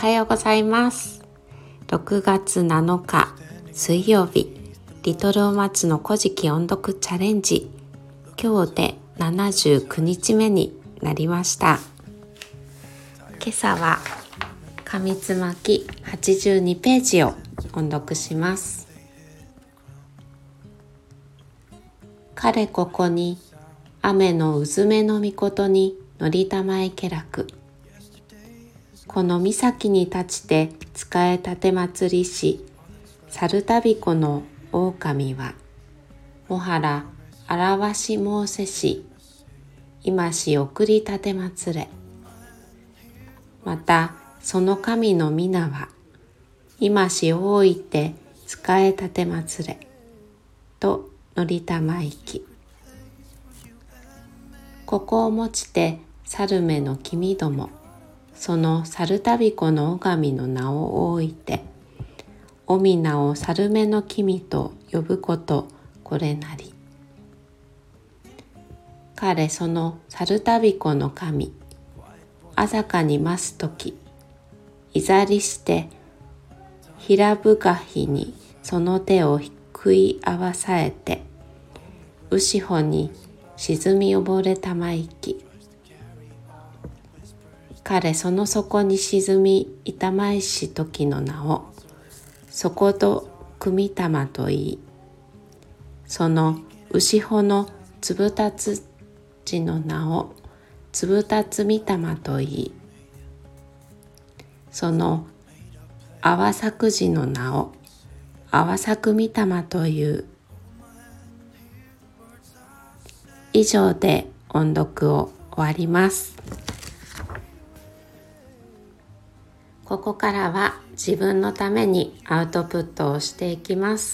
はようございます。6月7日水曜日、リトルお松の古事記音読チャレンジ、今日で79日目になりました。今朝は上つまき82ページを音読します。彼ここに雨のうずめのみことにのりたまえけらく。この岬に立ちて使えたて祭りし、猿たびこの狼は、もはらあらわし申せし、今し送りたて祭れ。またその神の皆は、今し大いて使えたて祭れ。とのりたまいき。ここをもちて猿めの君ども、その猿たびこの狼の名を置いて、お皆を猿めの君と呼ぶことこれなり。彼その猿たびこの神、あざかに増すとき、いざりして平ぶがひにその手を食い合わさえて、うしほに沈み溺れたまいき。彼その底に沈み痛まいし時の名をそこと組たまといい、その牛穂のつぶたつ地の名をつぶたつみたまといい、そのあわさくじの名をあわさくみたまという。以上で音読を終わります。ここからは自分のためにアウトプットをしていきます。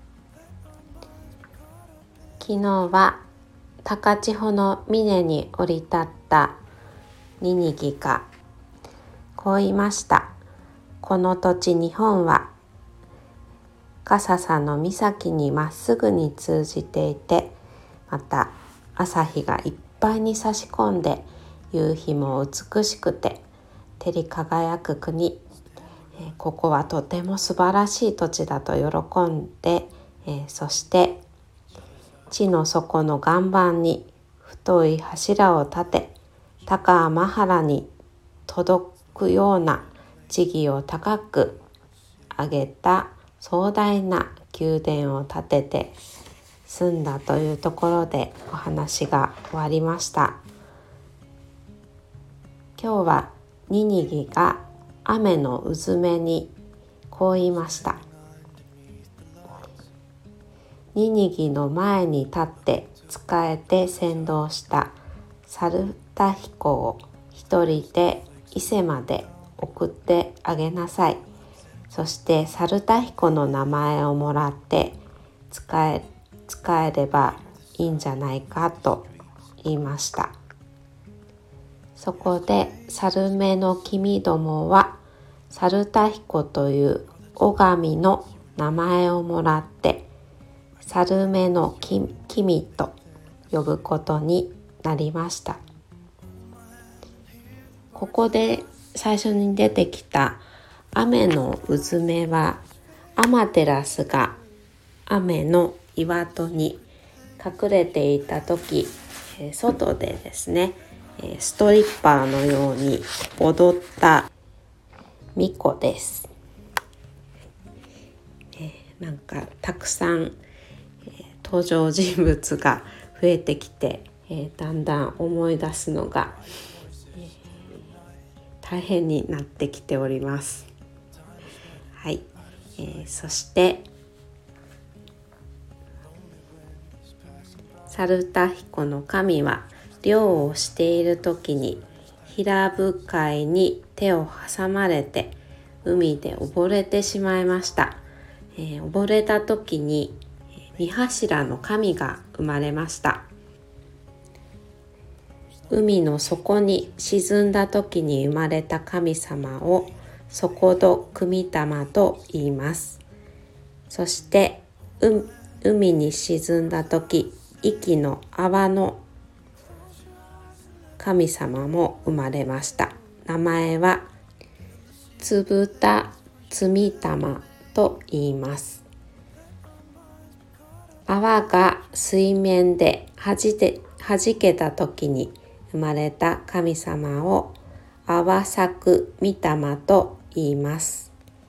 昨日は高千穂の峰に降り立ったニニギがこう言いました。この土地日本は笠佐の岬にまっすぐに通じていて、また朝日がいっぱいに差し込んで、夕日も美しくて照り輝く国、ここはとても素晴らしい土地だと喜んで、そして地の底の岩盤に太い柱を立て、高天原に届くような地義を高く上げた壮大な宮殿を建てて住んだというところでお話が終わりました。今日はニニギが雨のうずめにこう言いました。ニニギの前に立って仕えて先導した猿田彦を一人で伊勢まで送ってあげなさい。そして猿田彦の名前をもらって使えればいいんじゃないかと言いました。そこで猿めの君どもは猿田彦という狼の名前をもらって猿めの君と呼ぶことになりました。ここで最初に出てきた雨のうずめは、アマテラスが雨の岩戸に隠れていた時、外でですね、ストリッパーのように踊った巫女です。なんかたくさん、登場人物が増えてきて、だんだん思い出すのが、大変になってきております。はい、そして猿田彦の神は漁をしている時に平ぶ海に手を挟まれて海で溺れてしまいました。溺れた時に三柱の神が生まれました。海の底に沈んだ時に生まれた神様を底戸組玉と言います。そして海に沈んだ時、息の泡の神様も生まれました。名前はつぶたつみたまと言います。泡が水面ではじけた時に生まれた神様を泡咲く御霊と言います。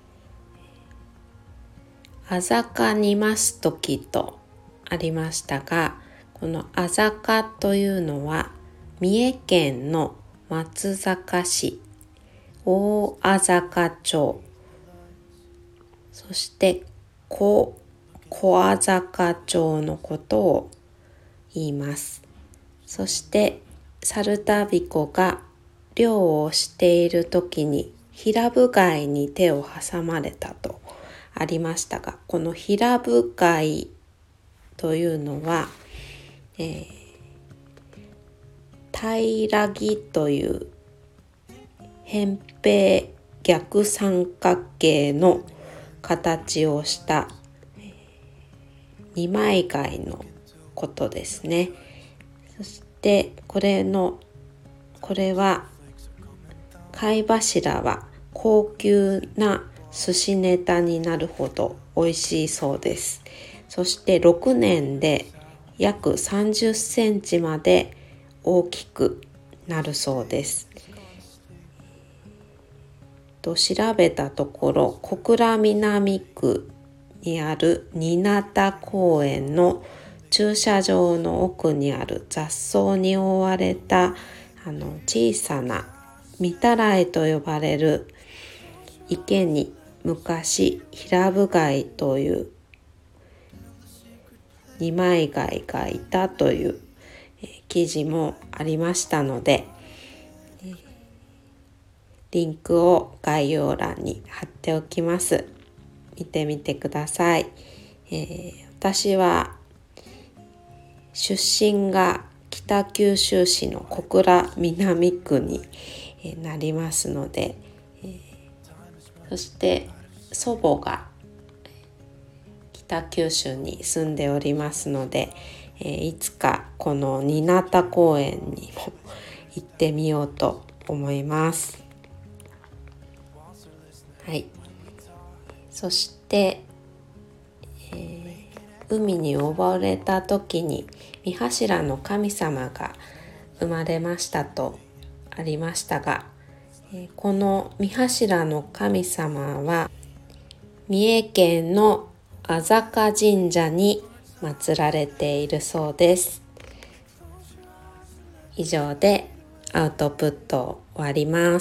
あざかにます時とありましたが、このあざかというのは三重県の松阪市大あざか町、そして小あざか町のことを言います。そして猿田彦が漁をしている時に平部貝に手を挟まれたとありましたが、この平部貝というのは、平木という扁平逆三角形の形をした二枚貝のことですね。そしてこれは貝柱は高級な寿司ネタになるほど美味しいそうです。そして6年で約30センチまで大きくなるそうです。調べたところ、小倉南区にある新潟公園の駐車場の奥にある雑草に覆われた小さな御手洗と呼ばれる池に昔平部貝という二枚貝がいたという記事もありましたので、リンクを概要欄に貼っておきます。見てみてください。私は出身が北九州市の小倉南区になりますので、そして祖母が北九州に住んでおりますので、いつかこの新潟公園にも行ってみようと思います。はい。そして、海に溺れた時に御柱の神様が生まれましたとありましたが、この御柱の神様は三重県のあざか神社に祀られているそうです。以上でアウトプットを終わります。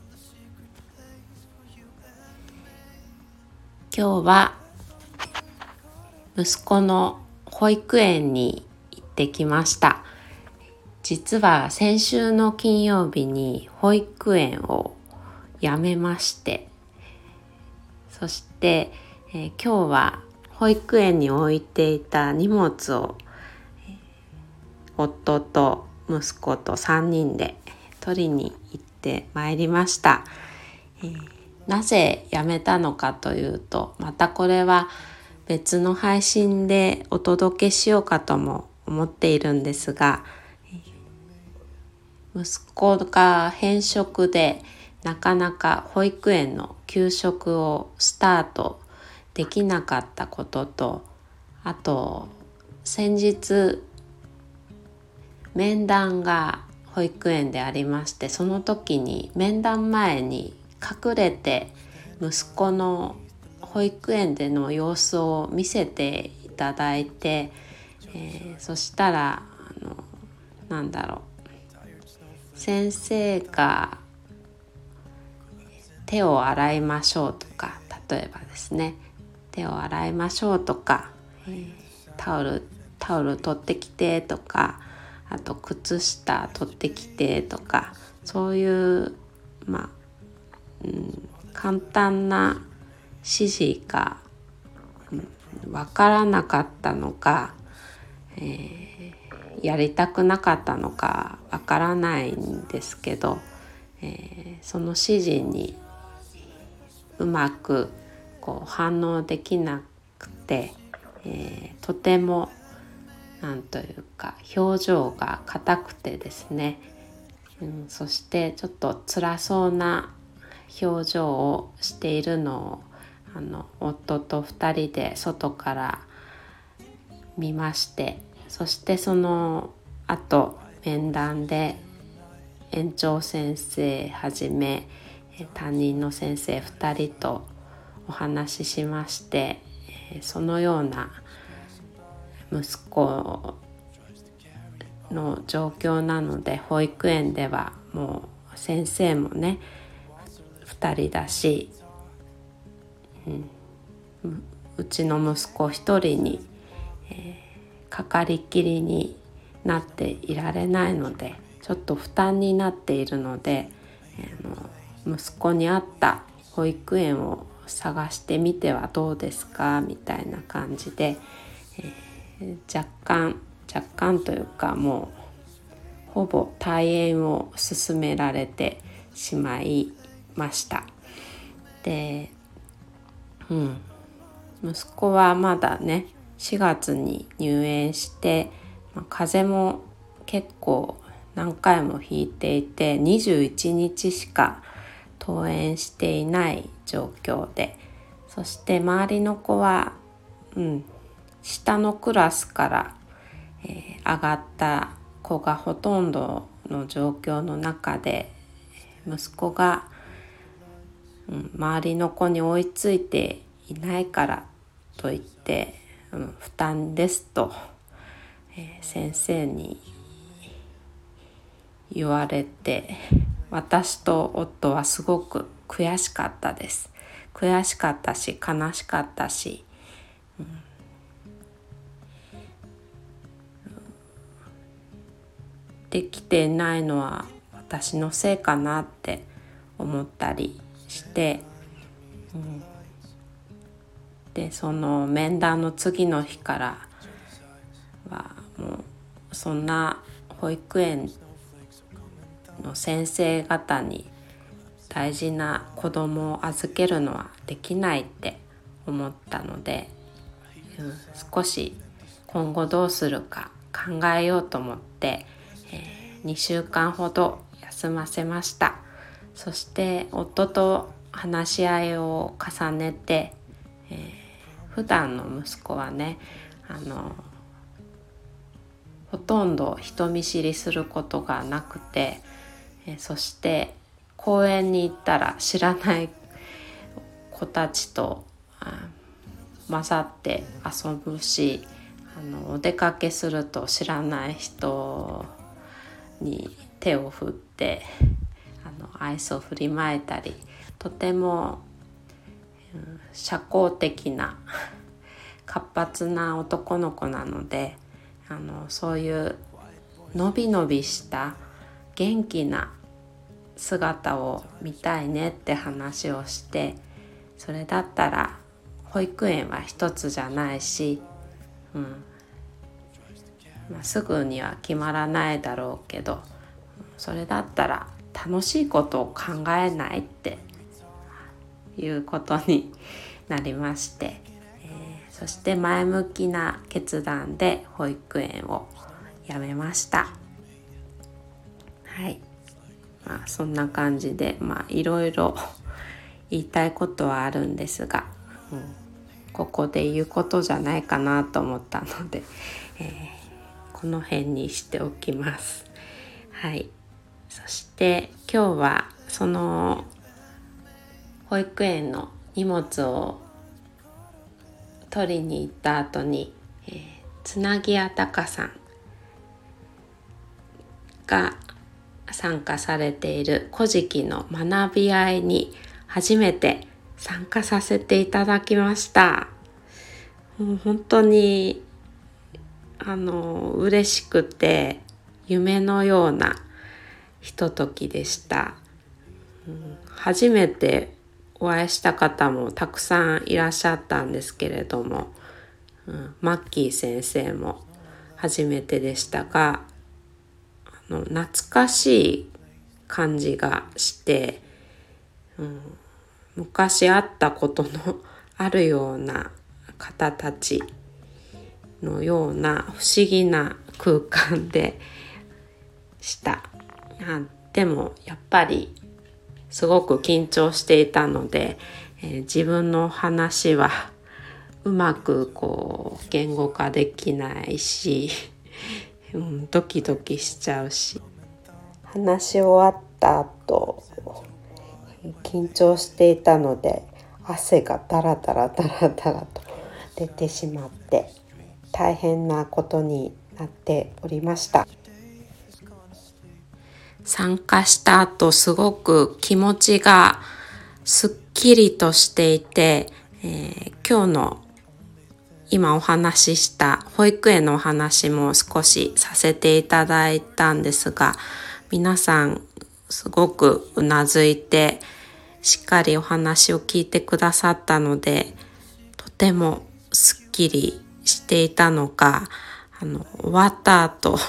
今日は息子の保育園に行ってきました。実は先週の金曜日に保育園を辞めまして、そして、今日は保育園に置いていた荷物を、夫と息子と3人で取りに行ってまいりました。なぜ辞めたのかというと、またこれは別の配信でお届けしようかとも思っているんですが、息子が偏食でなかなか保育園の給食をスタートできなかったことと、あと先日面談が保育園でありまして、その時に面談前に隠れて息子の保育園での様子を見せていただいて、そしたら先生が手を洗いましょうとか、例えばですね、手を洗いましょうとか、タオル取ってきてとか、あと靴下取ってきてとか、そういう簡単な指示がわからなかったのか、やりたくなかったのかわからないんですけど、その指示にうまく反応できなくて、とても表情が硬くてですね、そしてちょっと辛そうな表情をしているのを夫と2人で外から見まして、そしてその後面談で園長先生はじめ担任の先生2人とお話ししまして、そのような息子の状況なので、保育園ではもう先生もね2人だし、うちの息子1人に、かかりきりになっていられないので、ちょっと負担になっているので、息子に合った保育園を探してみてはどうですかみたいな感じで、若干というかもうほぼ退園を勧められてしまいました。で、息子はまだね4月に入園して、風邪も結構何回もひいていて21日しか登園していない状況で、そして周りの子は、下のクラスから、上がった子がほとんどの状況の中で、息子が、周りの子に追いついていないからといって、負担ですと、先生に言われて、私と夫はすごく悔しかったです。悔しかったし悲しかったし、できていないのは私のせいかなって思ったりして、でその面談の次の日からはもうそんな保育園の先生方に大事な子供を預けるのはできないって思ったので、少し今後どうするか考えようと思って、2週間ほど休ませました。そして夫と話し合いを重ねて、普段の息子はねほとんど人見知りすることがなくて、そして公園に行ったら知らない子たちと混ざって遊ぶし、お出かけすると知らない人に手を振ってアイスを振りまいたり、とても、社交的な活発な男の子なので、そういうのびのびした元気な姿を見たいねって話をして、それだったら保育園は一つじゃないし、すぐには決まらないだろうけど、それだったら楽しいことを考えないっていうことになりまして、そして前向きな決断で保育園を辞めました。はい、そんな感じでいろいろ言いたいことはあるんですが、ここで言うことじゃないかなと思ったので、この辺にしておきます。はい。そして今日はその保育園の荷物を取りに行った後に、つなぎあたかさんが参加されている古事記の学び合いに初めて参加させていただきました。もう本当に嬉しくて夢のようなひとときでした。初めてお会いした方もたくさんいらっしゃったんですけれども、マッキー先生も初めてでしたが、懐かしい感じがして、昔会ったことのあるような方たちのような不思議な空間でした。でもやっぱりすごく緊張していたので、自分の話はうまく言語化できないし、ドキドキしちゃうし、話し終わった後緊張していたので汗がダラダラと出てしまって大変なことになっておりました。参加した後すごく気持ちがすっきりとしていて、今日の今お話しした保育園のお話も少しさせていただいたんですが、皆さんすごくうなずいてしっかりお話を聞いてくださったので、とてもすっきりしていたのか、終わった後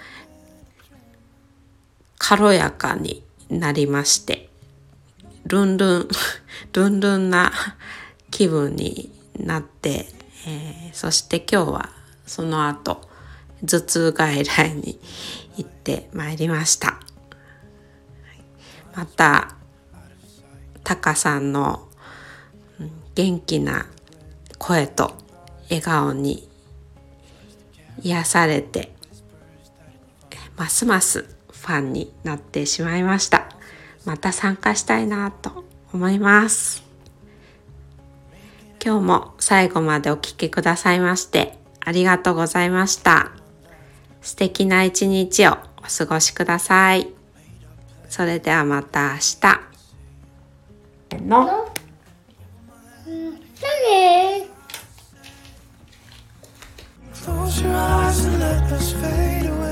軽やかになりまして、ルンルンな気分になって、そして今日はその後頭痛外来に行ってまいりました。またタカさんの元気な声と笑顔に癒されて、ますますファンになってしまいました。また参加したいなと思います。今日も最後までお聞きくださいましてありがとうございました。素敵な一日をお過ごしください。それではまた明日。Close your eyes and let us fade away.